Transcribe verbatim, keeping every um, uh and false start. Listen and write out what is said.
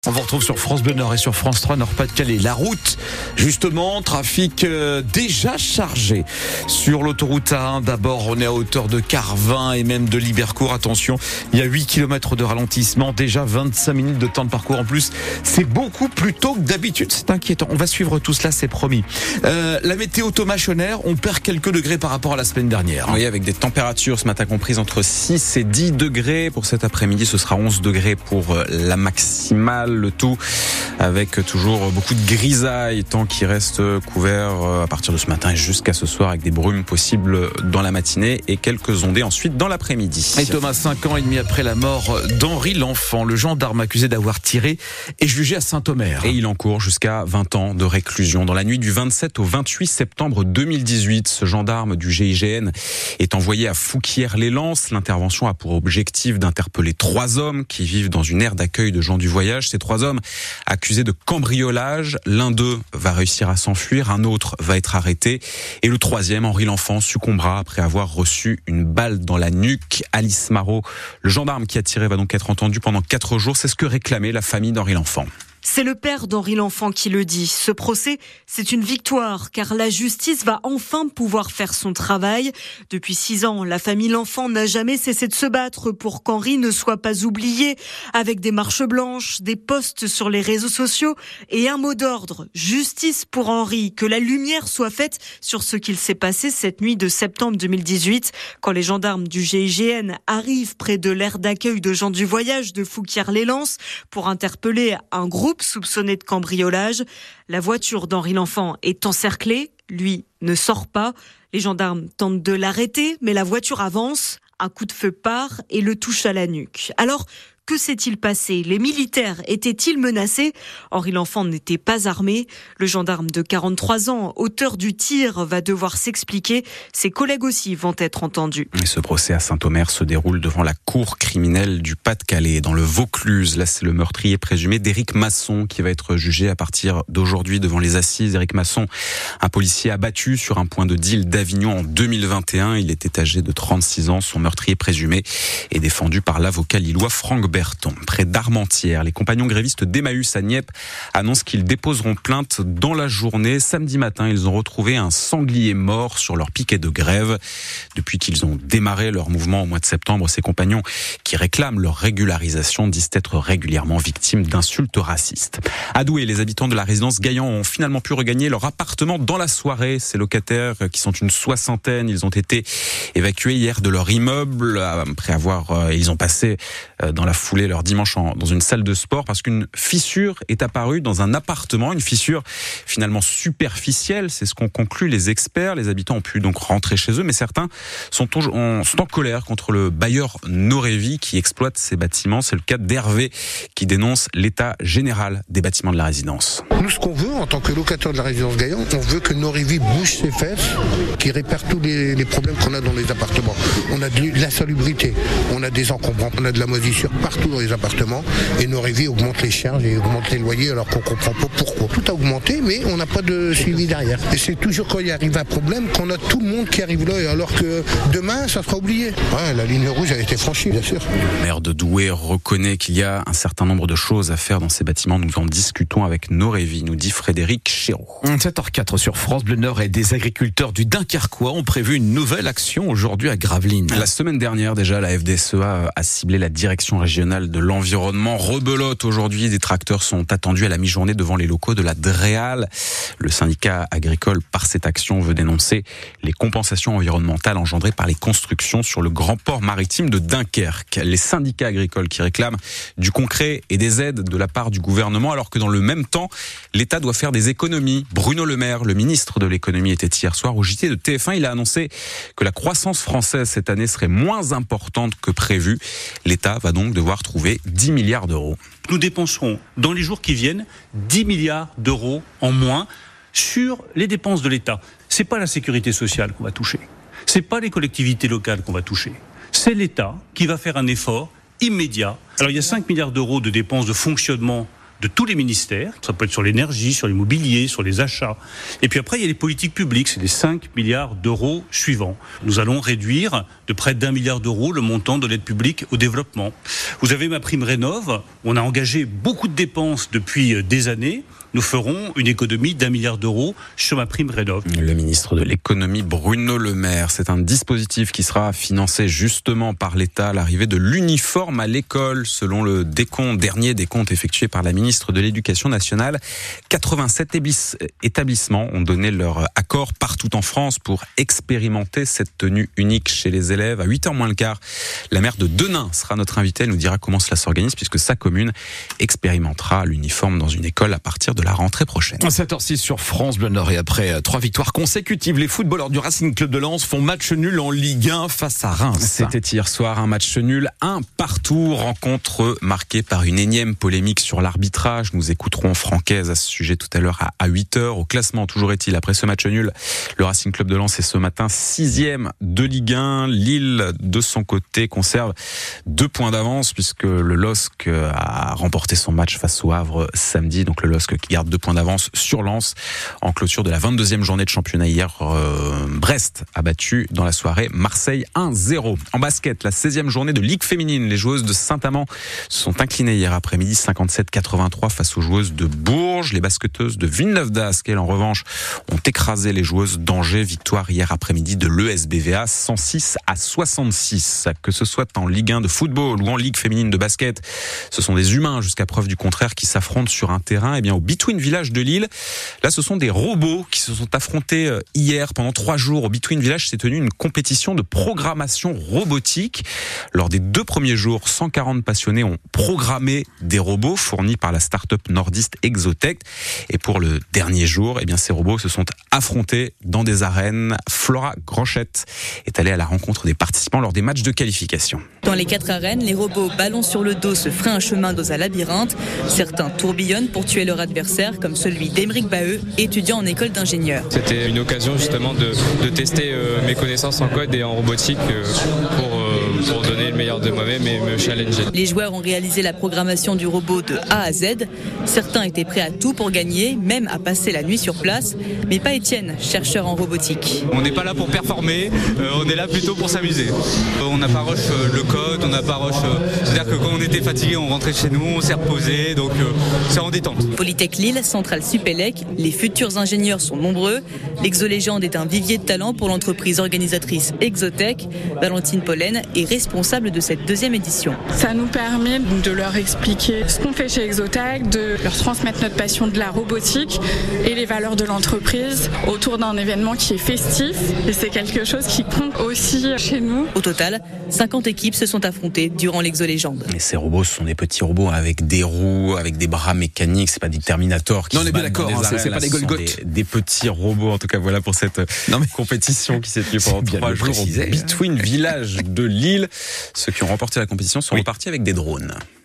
On vous retrouve sur France Bleu Nord et sur France trois Nord-Pas-de-Calais. La route, justement, trafic euh, déjà chargé sur l'autoroute A un. D'abord, on est à hauteur de Carvin et même de Libercourt. Attention, il y a huit kilomètres de ralentissement, déjà vingt-cinq minutes de temps de parcours en plus. C'est beaucoup plus tôt que d'habitude, c'est inquiétant. On va suivre tout cela, c'est promis. Euh, la météo Thomas Schoner, on perd quelques degrés par rapport à la semaine dernière. Oui, avec des températures ce matin comprises entre six et dix degrés. Pour cet après-midi, ce sera onze degrés pour la maximale. Le tout avec toujours beaucoup de grisailles, temps qui reste couvert à partir de ce matin et jusqu'à ce soir avec des brumes possibles dans la matinée et quelques ondées ensuite dans l'après-midi. Et Thomas, cinq ans et demi après la mort d'Henri L'Enfant, le gendarme accusé d'avoir tiré est jugé à Saint-Omer. Et il encourt jusqu'à vingt ans de réclusion. Dans la nuit du vingt-sept au vingt-huit septembre deux mille dix-huit, ce gendarme du G I G N est envoyé à Fouquier-les-Lances. L'intervention a pour objectif d'interpeller trois hommes qui vivent dans une aire d'accueil de gens du voyage. Ces trois hommes accusés de cambriolage. L'un d'eux va réussir à s'enfuir, un autre va être arrêté et le troisième, Henri L'Enfant, succombera après avoir reçu une balle dans la nuque. Alice Marot, le gendarme qui a tiré, va donc être entendu pendant quatre jours. C'est ce que réclamait la famille d'Henri L'Enfant. C'est le père d'Henri L'Enfant qui le dit. Ce procès, c'est une victoire, car la justice va enfin pouvoir faire son travail. Depuis six ans, la famille L'Enfant n'a jamais cessé de se battre pour qu'Henri ne soit pas oublié, avec des marches blanches, des posts sur les réseaux sociaux et un mot d'ordre. Justice pour Henri, que la lumière soit faite sur ce qu'il s'est passé cette nuit de septembre deux mille dix-huit, quand les gendarmes du G I G N arrivent près de l'aire d'accueil de gens du voyage de Fouquier-les-Lances pour interpeller un groupe soupçonné de cambriolage. La voiture d'Henri L'Enfant est encerclée. Lui ne sort pas. Les gendarmes tentent de l'arrêter, mais la voiture avance. Un coup de feu part et le touche à la nuque. Alors, que s'est-il passé? Les militaires étaient-ils menacés? Henri L'Enfant n'était pas armé. Le gendarme de quarante-trois ans, auteur du tir, va devoir s'expliquer. Ses collègues aussi vont être entendus. Et ce procès à Saint-Omer se déroule devant la cour criminelle du Pas-de-Calais, dans le Vaucluse. Là, c'est le meurtrier présumé d'Éric Masson qui va être jugé à partir d'aujourd'hui devant les assises. Éric Masson, un policier abattu sur un point de deal d'Avignon en deux mille vingt et un. Il était âgé de trente-six ans. Son meurtrier présumé est défendu par l'avocat lillois Franck Berton. Près d'Armentières, les compagnons grévistes d'Emmaüs à Nieppe annoncent qu'ils déposeront plainte dans la journée. Samedi matin, ils ont retrouvé un sanglier mort sur leur piquet de grève. Depuis qu'ils ont démarré leur mouvement au mois de septembre, ces compagnons qui réclament leur régularisation disent être régulièrement victimes d'insultes racistes. À Douai, les habitants de la résidence Gaillan ont finalement pu regagner leur appartement dans la soirée. Ces locataires, qui sont une soixantaine, ils ont été évacués hier de leur immeuble après avoir, ils ont passé dans la foulée leur dimanche en, dans une salle de sport parce qu'une fissure est apparue dans un appartement, une fissure finalement superficielle, c'est ce qu'ont conclu les experts. Les habitants ont pu donc rentrer chez eux, mais certains sont, en, sont en colère contre le bailleur Norevi qui exploite ces bâtiments. C'est le cas d'Hervé qui dénonce l'état général des bâtiments de la résidence. Nous, ce qu'on veut en tant que locataire de la résidence Gaillan, on veut que Norevi bouge ses fesses, qu'il répare tous les, les problèmes qu'on a dans les appartements. On a de l'insalubrité, on a des encombrants, on a de la moisissure partout dans les appartements et Norevi augmente les charges et augmente les loyers alors qu'on comprend pas pourquoi. Tout a augmenté mais on n'a pas de suivi derrière. Et c'est toujours quand il arrive un problème qu'on a tout le monde qui arrive là alors que demain ça sera oublié. Ouais, la ligne rouge a été franchie bien sûr. Le maire de Douai reconnaît qu'il y a un certain nombre de choses à faire dans ces bâtiments. Nous en discutons avec Norevi, nous dit Frédéric Chéreau. sept heures quatre sur France Bleu Nord et des agriculteurs du Dunkerquois ont prévu une nouvelle action aujourd'hui à Gravelines. La semaine dernière déjà, la F D S E A a ciblé la direction régionale de l'environnement. Rebelote aujourd'hui, des tracteurs sont attendus à la mi-journée devant les locaux de la Dréal. Le syndicat agricole, par cette action, veut dénoncer les compensations environnementales engendrées par les constructions sur le grand port maritime de Dunkerque. Les syndicats agricoles qui réclament du concret et des aides de la part du gouvernement, alors que dans le même temps, l'État doit faire des économies. Bruno Le Maire, le ministre de l'économie, était hier soir au J T de T F un. Il a annoncé que la croissance française cette année serait moins importante que prévu. L'État va donc devoir trouver dix milliards d'euros. Nous dépenserons dans les jours qui viennent dix milliards d'euros en moins sur les dépenses de l'État. C'est pas la sécurité sociale qu'on va toucher. C'est pas les collectivités locales qu'on va toucher. C'est l'État qui va faire un effort immédiat. Alors il y a cinq milliards d'euros de dépenses de fonctionnement de tous les ministères. Ça peut être sur l'énergie, sur l'immobilier, sur les achats. Et puis après, il y a les politiques publiques. C'est les cinq milliards d'euros suivants. Nous allons réduire de près d'un milliard d'euros le montant de l'aide publique au développement. Vous avez MaPrimeRénov'. On a engagé beaucoup de dépenses depuis des années. Nous ferons une économie d'un milliard d'euros sur MaPrimeRénov'. Le ministre de l'économie Bruno Le Maire, c'est un dispositif qui sera financé justement par l'État à l'arrivée de l'uniforme à l'école. Selon le décompte, dernier décompte effectué par la ministre de l'Éducation nationale, quatre-vingt-sept établissements ont donné leur accord partout en France pour expérimenter cette tenue unique chez les élèves. À huit heures moins le quart, la maire de Denain sera notre invitée. Elle nous dira comment cela s'organise puisque sa commune expérimentera l'uniforme dans une école à partir de la rentrée prochaine. sept heures six sur France Bleu Nord et après trois victoires consécutives, les footballeurs du Racing Club de Lens font match nul en Ligue un face à Reims. C'était hier soir un match nul, un partout, rencontre marquée par une énième polémique sur l'arbitrage. Nous écouterons Francaise à ce sujet tout à l'heure à huit heures. Au classement, toujours est-il, après ce match nul, le Racing Club de Lens est ce matin sixième de Ligue un. Lille, de son côté, conserve deux points d'avance puisque le L O S C a remporté son match face au Havre samedi. Donc le L O S C qui garde deux points d'avance sur Lens en clôture de la vingt-deuxième journée de championnat hier. Euh, Brest a battu dans la soirée Marseille un zéro. En basket, la seizième journée de Ligue féminine. Les joueuses de Saint-Amand se sont inclinées hier après-midi cinquante-sept à quatre-vingt-trois face aux joueuses de Bourges. Les basketteuses de Villeneuve-d'Ascq, elles, en revanche, ont écrasé les joueuses d'Angers. Victoire hier après-midi de l'E S B V A cent six à soixante-six. Que ce soit en Ligue un de football ou en Ligue féminine de basket, ce sont des humains jusqu'à preuve du contraire qui s'affrontent sur un terrain. Et bien au Between Village de Lille, là ce sont des robots qui se sont affrontés hier pendant trois jours. Au Between Village s'est tenue une compétition de programmation robotique. Lors des deux premiers jours, cent quarante passionnés ont programmé des robots fournis par la start-up nordiste Exotech. Et pour le dernier jour, eh bien ces robots se sont affrontés dans des arènes. Flora Grochette est allée à la rencontre des participants lors des matchs de qualification. Dans les quatre arènes, les robots ballons sur le dos se frayent un chemin dans un labyrinthe. Certains tourbillonnent pour tuer leur adversaire, comme celui d'Émeric Baheux, étudiant en école d'ingénieur. C'était une occasion justement de, de tester euh, mes connaissances en code et en robotique euh, pour, euh, pour donner le meilleur de moi-même et me challenger. Les joueurs ont réalisé la programmation du robot de A à Z. Certains étaient prêts à tout pour gagner, même à passer la nuit sur place, mais pas Étienne, chercheur en robotique. On n'est pas là pour performer, euh, on est là plutôt pour s'amuser. On n'a pas rush euh, le code, on n'a pas rush... Euh, c'est-à-dire que quand on était fatigué, on rentrait chez nous, on s'est reposé, donc euh, c'est en détente. Polytech Lille, Centrale Supélec, les futurs ingénieurs sont nombreux. L'exolégende est un vivier de talent pour l'entreprise organisatrice Exotech. Valentine Pollen est responsable de cette deuxième édition. Ça nous permet de leur expliquer ce qu'on fait chez Exotech, de leur transmettre notre passion de la robotique et les valeurs de l'entreprise autour d'un événement qui est festif. Et c'est quelque chose qui compte aussi chez nous. Au total, cinquante équipes se sont affrontées durant l'exolégende. Et ces robots, ce sont des petits robots avec des roues, avec des bras mécaniques. C'est pas des Terminators qui non, se on est bien battent d'accord, dans des hein, c'est, arènes. c'est pas Là, des ce sont Golgoth. Des, des petits robots, en tout cas, voilà pour cette non, mais compétition qui s'est tenue pendant trois jours au Between Village de Lille. Ceux qui ont remporté la compétition sont oui. repartis avec des drones.